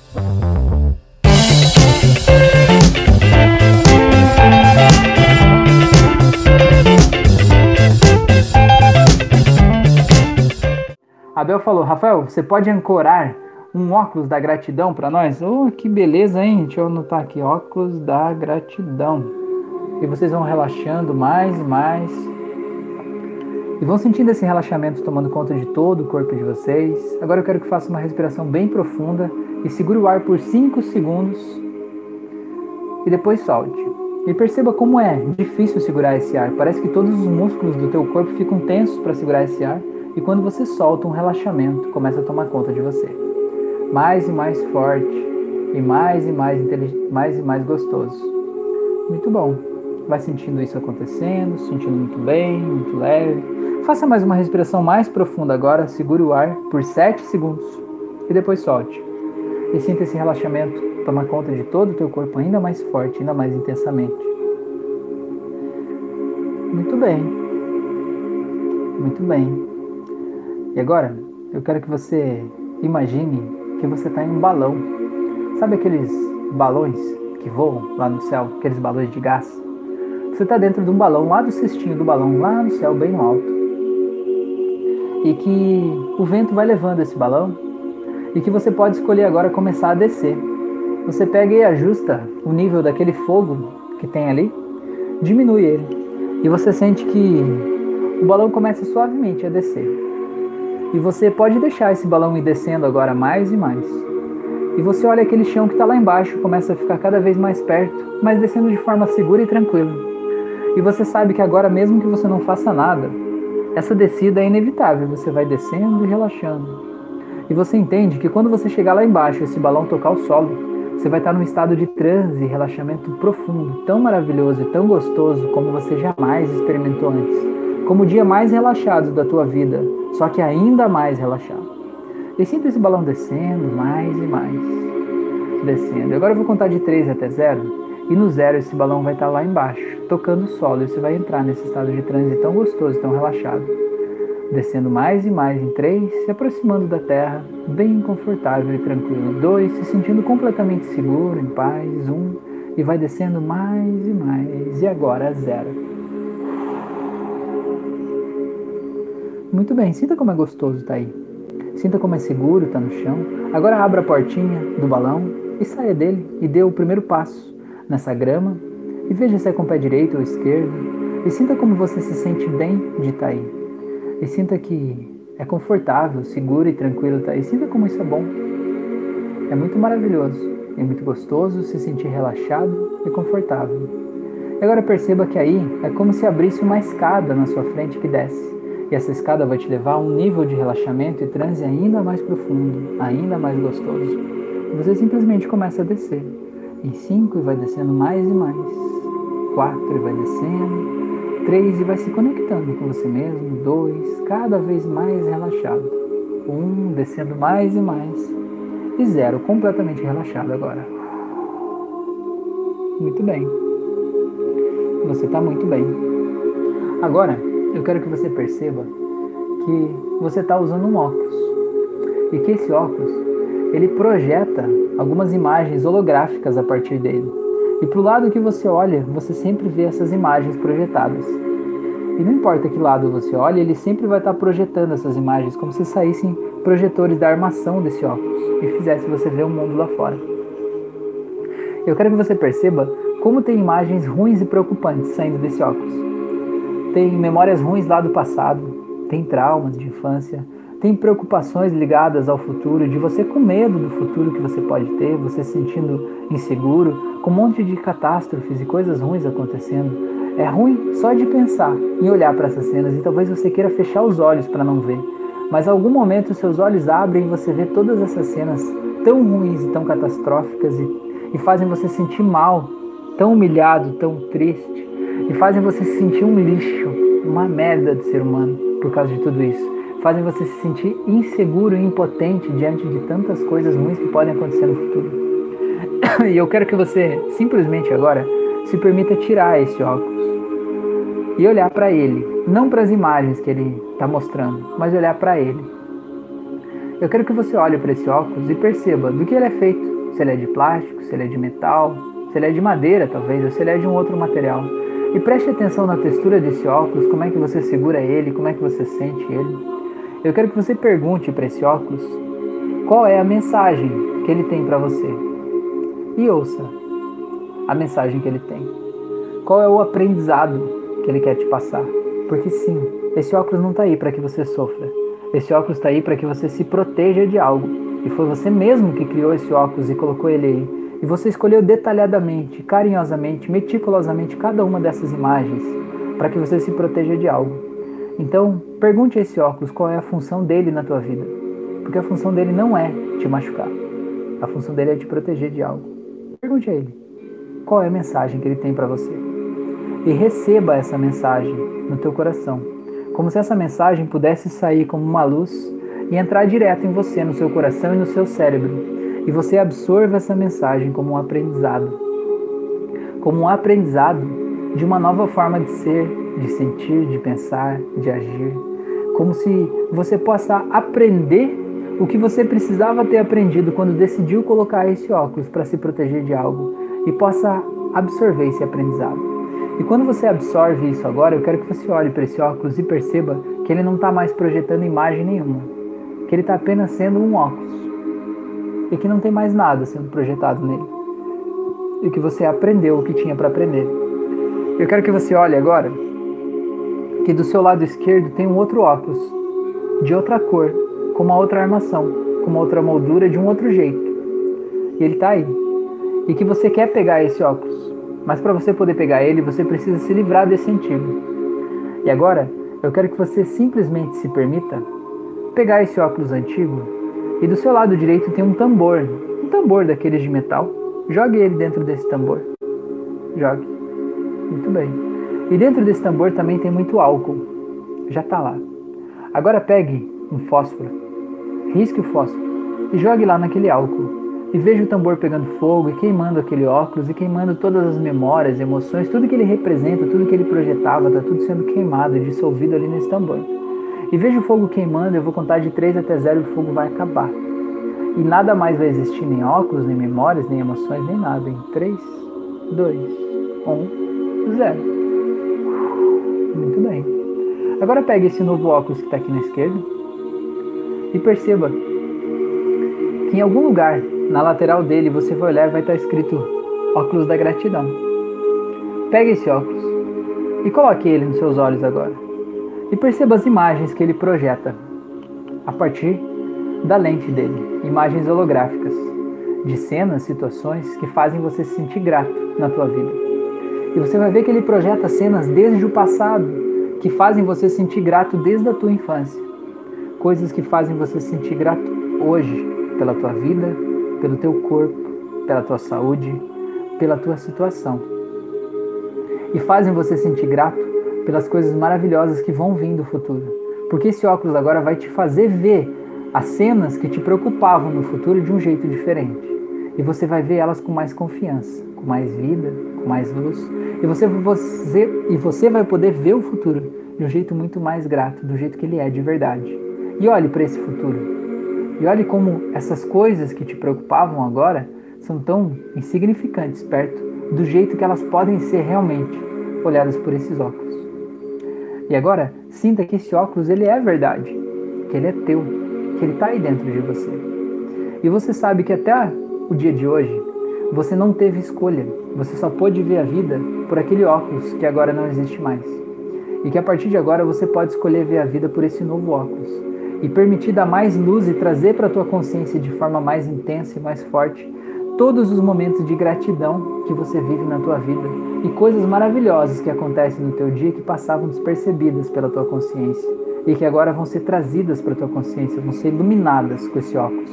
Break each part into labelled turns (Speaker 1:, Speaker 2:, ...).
Speaker 1: Abel falou, Rafael, você pode ancorar um óculos da gratidão para nós? Oh, que beleza, hein? Deixa eu anotar aqui, óculos da gratidão. E vocês vão relaxando mais e mais. E vão sentindo esse relaxamento tomando conta de todo o corpo de vocês. Agora eu quero que faça uma respiração bem profunda e segure o ar por 5 segundos. E depois solte. E perceba como é difícil segurar esse ar. Parece que todos os músculos do teu corpo ficam tensos para segurar esse ar. E quando você solta, um relaxamento começa a tomar conta de você. Mais e mais forte. E mais e mais gostoso. Muito bom. Vai sentindo isso acontecendo, sentindo muito bem, muito leve. Faça mais uma respiração mais profunda agora. Segure o ar por 7 segundos. E depois solte. E sinta esse relaxamento tomar conta de todo o teu corpo ainda mais forte, ainda mais intensamente. Muito bem. Muito bem. E agora, eu quero que você imagine que você está em um balão. Sabe aqueles balões que voam lá no céu? Aqueles balões de gás? Você está dentro de um balão, lá do cestinho do balão, lá no céu, bem no alto. E que o vento vai levando esse balão. E que você pode escolher agora começar a descer. Você pega e ajusta o nível daquele fogo que tem ali. Diminui ele. E você sente que o balão começa suavemente a descer. E você pode deixar esse balão ir descendo agora mais e mais. E você olha aquele chão que está lá embaixo, começa a ficar cada vez mais perto, mas descendo de forma segura e tranquila. E você sabe que agora, mesmo que você não faça nada, essa descida é inevitável. Você vai descendo e relaxando. E você entende que quando você chegar lá embaixo e esse balão tocar o solo, você vai estar num estado de transe e relaxamento profundo, tão maravilhoso e tão gostoso como você jamais experimentou antes. Como o dia mais relaxado da tua vida, só que ainda mais relaxado. E sinta esse balão descendo mais e mais. Descendo. Agora eu vou contar de 3 até 0. E no 0 esse balão vai estar lá embaixo, tocando o solo. E você vai entrar nesse estado de transe tão gostoso, tão relaxado. Descendo mais e mais em 3, se aproximando da terra, bem confortável e tranquilo. 2, se sentindo completamente seguro, em paz. 1, e vai descendo mais e mais. E agora 0. Muito bem, sinta como é gostoso estar aí. Sinta como é seguro estar no chão. Agora abra a portinha do balão e saia dele e dê o primeiro passo nessa grama. E veja se é com o pé direito ou esquerdo. E sinta como você se sente bem de estar aí. E sinta que é confortável, seguro e tranquilo estar aí. Sinta como isso é bom. É muito maravilhoso. É muito gostoso se sentir relaxado e confortável. E agora perceba que aí é como se abrisse uma escada na sua frente que desce. E essa escada vai te levar a um nível de relaxamento e transe ainda mais profundo, ainda mais gostoso. E você simplesmente começa a descer. Em 5 e vai descendo mais e mais. 4 e vai descendo. 3 e vai se conectando com você mesmo. 2, cada vez mais relaxado. 1, descendo mais e mais. E 0, completamente relaxado agora. Muito bem. Você está muito bem. Agora, eu quero que você perceba que você está usando um óculos. E que esse óculos, ele projeta algumas imagens holográficas a partir dele. E para o lado que você olha, você sempre vê essas imagens projetadas. E não importa que lado você olhe, ele sempre vai estar projetando essas imagens, como se saíssem projetores da armação desse óculos e fizesse você ver o mundo lá fora. Eu quero que você perceba como tem imagens ruins e preocupantes saindo desse óculos. Tem memórias ruins lá do passado, tem traumas de infância, tem preocupações ligadas ao futuro, de você com medo do futuro que você pode ter, você se sentindo inseguro, com um monte de catástrofes e coisas ruins acontecendo. É ruim só de pensar em olhar para essas cenas e talvez você queira fechar os olhos para não ver. Mas em algum momento seus olhos abrem e você vê todas essas cenas tão ruins e tão catastróficas e fazem você sentir mal, tão humilhado, tão triste. E fazem você se sentir um lixo, uma merda de ser humano por causa de tudo isso. Fazem você se sentir inseguro e impotente diante de tantas coisas ruins que podem acontecer no futuro. E eu quero que você simplesmente agora se permita tirar esse óculos e olhar para ele. Não para as imagens que ele está mostrando, mas olhar para ele. Eu quero que você olhe para esse óculos e perceba do que ele é feito. Se ele é de plástico, se ele é de metal, se ele é de madeira talvez, ou se ele é de um outro material. E preste atenção na textura desse óculos, como é que você segura ele, como é que você sente ele. Eu quero que você pergunte para esse óculos qual é a mensagem que ele tem para você. E ouça a mensagem que ele tem. Qual é o aprendizado que ele quer te passar. Porque sim, esse óculos não está aí para que você sofra. Esse óculos está aí para que você se proteja de algo. E foi você mesmo que criou esse óculos e colocou ele aí. E você escolheu detalhadamente, carinhosamente, meticulosamente cada uma dessas imagens para que você se proteja de algo. Então, pergunte a esse óculos qual é a função dele na tua vida. Porque a função dele não é te machucar. A função dele é te proteger de algo. Pergunte a ele qual é a mensagem que ele tem para você. E receba essa mensagem no teu coração. Como se essa mensagem pudesse sair como uma luz e entrar direto em você, no seu coração e no seu cérebro. E você absorva essa mensagem como um aprendizado. Como um aprendizado de uma nova forma de ser, de sentir, de pensar, de agir. Como se você possa aprender o que você precisava ter aprendido quando decidiu colocar esse óculos para se proteger de algo. E possa absorver esse aprendizado. E quando você absorve isso agora, eu quero que você olhe para esse óculos e perceba que ele não está mais projetando imagem nenhuma. Que ele está apenas sendo um óculos. E que não tem mais nada sendo projetado nele. E que você aprendeu o que tinha para aprender. Eu quero que você olhe agora que do seu lado esquerdo tem um outro óculos, de outra cor, com uma outra armação, com uma outra moldura, de um outro jeito. E ele está aí. E que você quer pegar esse óculos. Mas para você poder pegar ele, você precisa se livrar desse antigo. E agora, eu quero que você simplesmente se permita pegar esse óculos antigo. E do seu lado direito tem um tambor daqueles de metal. Jogue ele dentro desse tambor. Jogue. Muito bem. E dentro desse tambor também tem muito álcool. Já está lá. Agora pegue um fósforo. Risque o fósforo. E jogue lá naquele álcool. E veja o tambor pegando fogo e queimando aquele óculos e queimando todas as memórias, emoções, tudo que ele representa, tudo que ele projetava, está tudo sendo queimado e dissolvido ali nesse tambor. E veja o fogo queimando, eu vou contar de 3 até 0 e o fogo vai acabar. E nada mais vai existir, nem óculos, nem memórias, nem emoções, nem nada. Em 3, 2, 1, 0. Muito bem. Agora pegue esse novo óculos que está aqui na esquerda e perceba que em algum lugar, na lateral dele, você vai olhar e vai estar escrito óculos da gratidão. Pegue esse óculos e coloque ele nos seus olhos agora. E perceba as imagens que ele projeta a partir da lente dele. Imagens holográficas de cenas, situações que fazem você se sentir grato na tua vida. E você vai ver que ele projeta cenas desde o passado que fazem você se sentir grato desde a tua infância. Coisas que fazem você se sentir grato hoje pela tua vida, pelo teu corpo, pela tua saúde, pela tua situação. E fazem você se sentir grato pelas coisas maravilhosas que vão vir do futuro. Porque esse óculos agora vai te fazer ver as cenas que te preocupavam no futuro de um jeito diferente. E você vai ver elas com mais confiança, com mais vida, com mais luz. E você vai poder ver o futuro de um jeito muito mais grato, do jeito que ele é de verdade. E olhe para esse futuro. E olhe como essas coisas que te preocupavam agora são tão insignificantes perto do jeito que elas podem ser realmente olhadas por esses óculos. E agora, sinta que esse óculos ele é verdade, que ele é teu, que ele está aí dentro de você. E você sabe que até o dia de hoje, você não teve escolha, você só pôde ver a vida por aquele óculos que agora não existe mais. E que a partir de agora você pode escolher ver a vida por esse novo óculos. E permitir dar mais luz e trazer para a tua consciência de forma mais intensa e mais forte todos os momentos de gratidão que você vive na tua vida e coisas maravilhosas que acontecem no teu dia que passavam despercebidas pela tua consciência e que agora vão ser trazidas para a tua consciência, vão ser iluminadas com esse óculos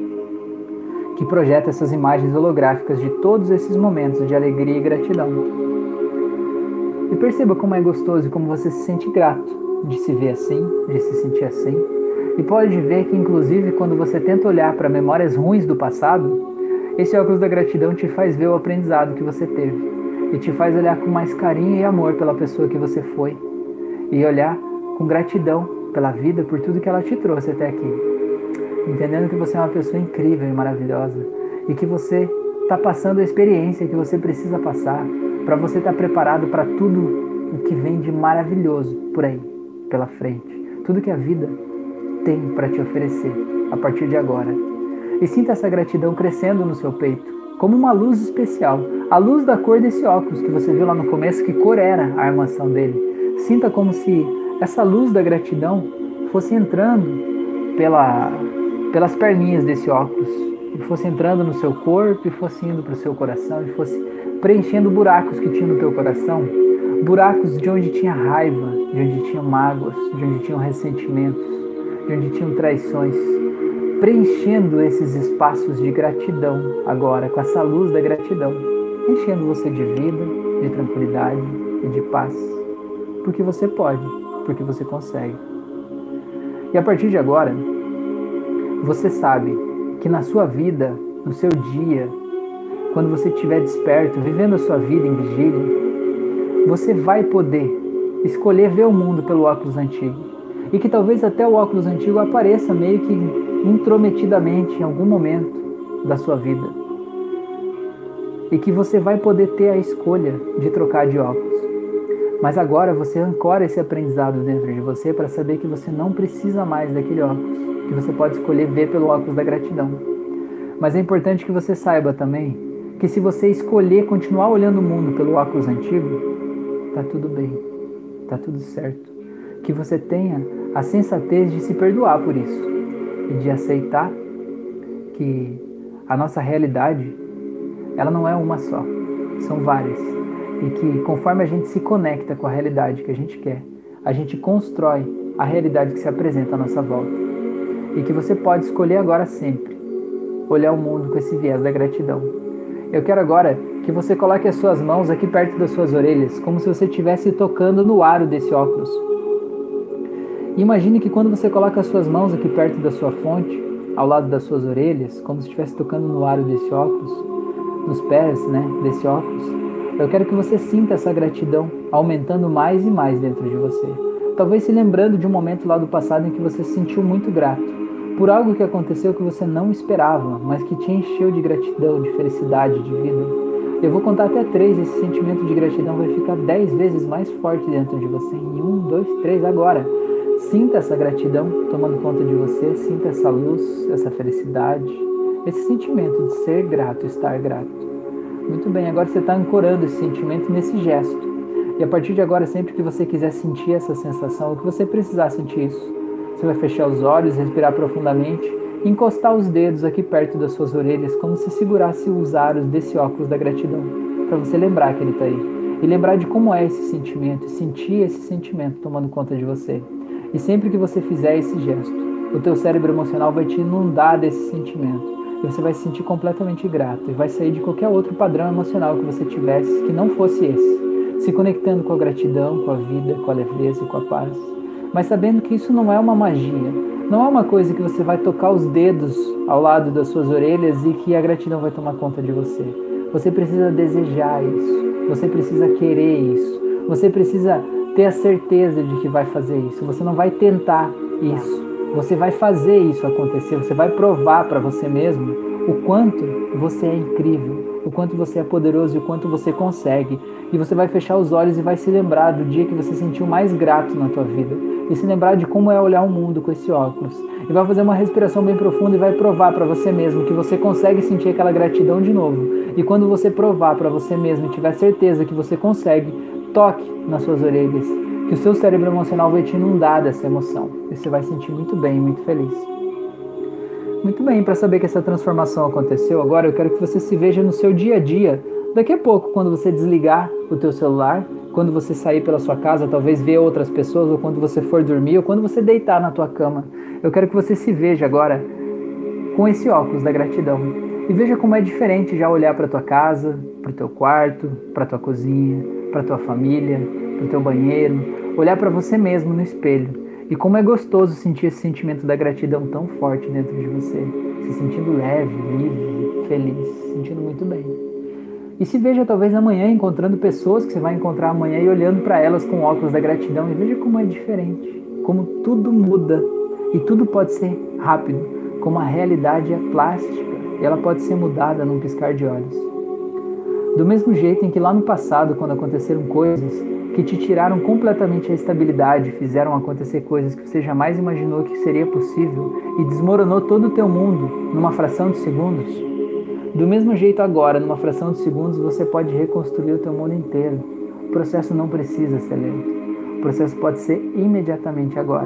Speaker 1: que projeta essas imagens holográficas de todos esses momentos de alegria e gratidão. E perceba como é gostoso e como você se sente grato de se ver assim, de se sentir assim. E pode ver que, inclusive, quando você tenta olhar para memórias ruins do passado, esse óculos da gratidão te faz ver o aprendizado que você teve. E te faz olhar com mais carinho e amor pela pessoa que você foi. E olhar com gratidão pela vida, por tudo que ela te trouxe até aqui. Entendendo que você é uma pessoa incrível e maravilhosa. e que você está passando a experiência que você precisa passar para você estar preparado para tudo o que vem de maravilhoso por aí, pela frente. Tudo que a vida tem para te oferecer a partir de agora. E sinta essa gratidão crescendo no seu peito, como uma luz especial, a luz da cor desse óculos que você viu lá no começo, que cor era a armação dele. Sinta como se essa luz da gratidão fosse entrando pelas perninhas desse óculos, e fosse entrando no seu corpo, e fosse indo para o seu coração, e fosse preenchendo buracos que tinha no teu coração, buracos de onde tinha raiva, de onde tinham mágoas, de onde tinham ressentimentos, de onde tinham traições, preenchendo esses espaços de gratidão agora, com essa luz da gratidão, enchendo você de vida, de tranquilidade e de paz, porque você pode, porque você consegue. E a partir de agora, você sabe que na sua vida, no seu dia, quando você estiver desperto, vivendo a sua vida em vigília, você vai poder escolher ver o mundo pelo óculos antigo. E que talvez até o óculos antigo apareça meio que intrometidamente em algum momento da sua vida. E que você vai poder ter a escolha de trocar de óculos. Mas agora você ancora esse aprendizado dentro de você para saber que você não precisa mais daquele óculos, que você pode escolher ver pelo óculos da gratidão. Mas é importante que você saiba também que se você escolher continuar olhando o mundo pelo óculos antigo, tá tudo bem, tá tudo certo. Que você tenha a sensatez de se perdoar por isso e de aceitar que a nossa realidade, ela não é uma só, são várias. E que conforme a gente se conecta com a realidade que a gente quer, a gente constrói a realidade que se apresenta à nossa volta. E que você pode escolher agora sempre olhar o mundo com esse viés da gratidão. Eu quero agora que você coloque as suas mãos aqui perto das suas orelhas, como se você estivesse tocando no aro desse óculos. Imagine que quando você coloca as suas mãos aqui perto da sua fonte, ao lado das suas orelhas, como se estivesse tocando no aro desse óculos, nos pés, desse óculos, eu quero que você sinta essa gratidão aumentando mais e mais dentro de você. Talvez se lembrando de um momento lá do passado em que você se sentiu muito grato por algo que aconteceu que você não esperava, mas que te encheu de gratidão, de felicidade, de vida. Eu vou contar até 3, esse sentimento de gratidão vai ficar 10 vezes mais forte dentro de você. Em 1, 2, 3, agora. Sinta essa gratidão tomando conta de você, sinta essa luz, essa felicidade, esse sentimento de ser grato, estar grato. Muito bem, agora você está ancorando esse sentimento nesse gesto. E a partir de agora, sempre que você quiser sentir essa sensação, ou que você precisar sentir isso, você vai fechar os olhos, respirar profundamente, e encostar os dedos aqui perto das suas orelhas, como se segurasse os aros desse óculos da gratidão, para você lembrar que ele está aí. E lembrar de como é esse sentimento, e sentir esse sentimento tomando conta de você. E sempre que você fizer esse gesto, o teu cérebro emocional vai te inundar desse sentimento. E você vai se sentir completamente grato e vai sair de qualquer outro padrão emocional que você tivesse que não fosse esse. Se conectando com a gratidão, com a vida, com a leveza e com a paz. Mas sabendo que isso não é uma magia. Não é uma coisa que você vai tocar os dedos ao lado das suas orelhas e que a gratidão vai tomar conta de você. Você precisa desejar isso. Você precisa querer isso. Você precisa ter a certeza de que vai fazer isso. Você não vai tentar isso. Você vai fazer isso acontecer. Você vai provar para você mesmo o quanto você é incrível, o quanto você é poderoso e o quanto você consegue. E você vai fechar os olhos e vai se lembrar do dia que você se sentiu mais grato na tua vida. E se lembrar de como é olhar o mundo com esse óculos. E vai fazer uma respiração bem profunda e vai provar para você mesmo que você consegue sentir aquela gratidão de novo. E quando você provar para você mesmo e tiver certeza que você consegue, toque nas suas orelhas, que o seu cérebro emocional vai te inundar dessa emoção. E você vai sentir muito bem, muito feliz. Muito bem, para saber que essa transformação aconteceu, agora eu quero que você se veja no seu dia a dia. Daqui a pouco, quando você desligar o teu celular, quando você sair pela sua casa, talvez ver outras pessoas, ou quando você for dormir, ou quando você deitar na tua cama, eu quero que você se veja agora com esse óculos da gratidão. E veja como é diferente já olhar para tua casa, para o teu quarto, para tua cozinha, para tua família, para o teu banheiro, olhar para você mesmo no espelho. E como é gostoso sentir esse sentimento da gratidão tão forte dentro de você, se sentindo leve, livre, feliz, se sentindo muito bem. E se veja talvez amanhã encontrando pessoas que você vai encontrar amanhã e olhando para elas com óculos da gratidão e veja como é diferente, como tudo muda e tudo pode ser rápido, como a realidade é plástica e ela pode ser mudada num piscar de olhos. Do mesmo jeito em que lá no passado, quando aconteceram coisas que te tiraram completamente a estabilidade, fizeram acontecer coisas que você jamais imaginou que seria possível e desmoronou todo o teu mundo numa fração de segundos, do mesmo jeito agora, numa fração de segundos, você pode reconstruir o teu mundo inteiro. O processo não precisa ser lento. O processo pode ser imediatamente agora.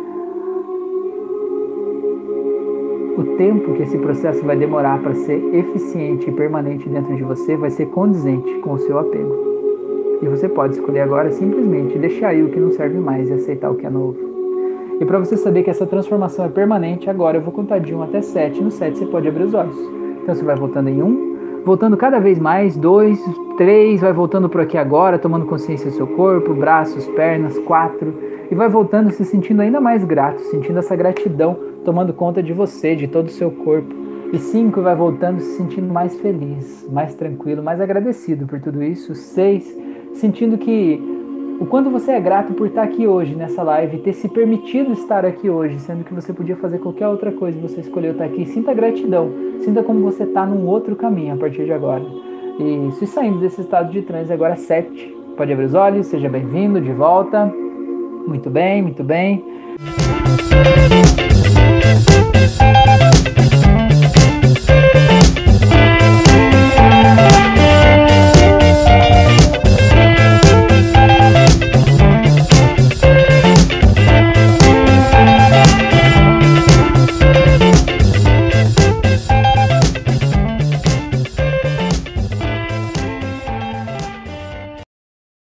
Speaker 1: O tempo que esse processo vai demorar para ser eficiente e permanente dentro de você vai ser condizente com o seu apego. E você pode escolher agora simplesmente deixar aí o que não serve mais e aceitar o que é novo. E para você saber que essa transformação é permanente, agora eu vou contar de 1 até 7. No 7 você pode abrir os olhos. Então você vai voltando em 1, voltando cada vez mais, 2, 3, vai voltando por aqui agora, tomando consciência do seu corpo, braços, pernas, 4, e vai voltando se sentindo ainda mais grato, sentindo essa gratidão tomando conta de você, de todo o seu corpo. E 5, vai voltando se sentindo mais feliz, mais tranquilo, mais agradecido por tudo isso. 6, sentindo que o quanto você é grato por estar aqui hoje nessa live, ter se permitido estar aqui hoje, sendo que você podia fazer qualquer outra coisa e você escolheu estar aqui. Sinta gratidão, sinta como você está num outro caminho a partir de agora. E se saindo desse estado de transe, agora 7. Pode abrir os olhos, seja bem-vindo de volta. Muito bem, muito bem.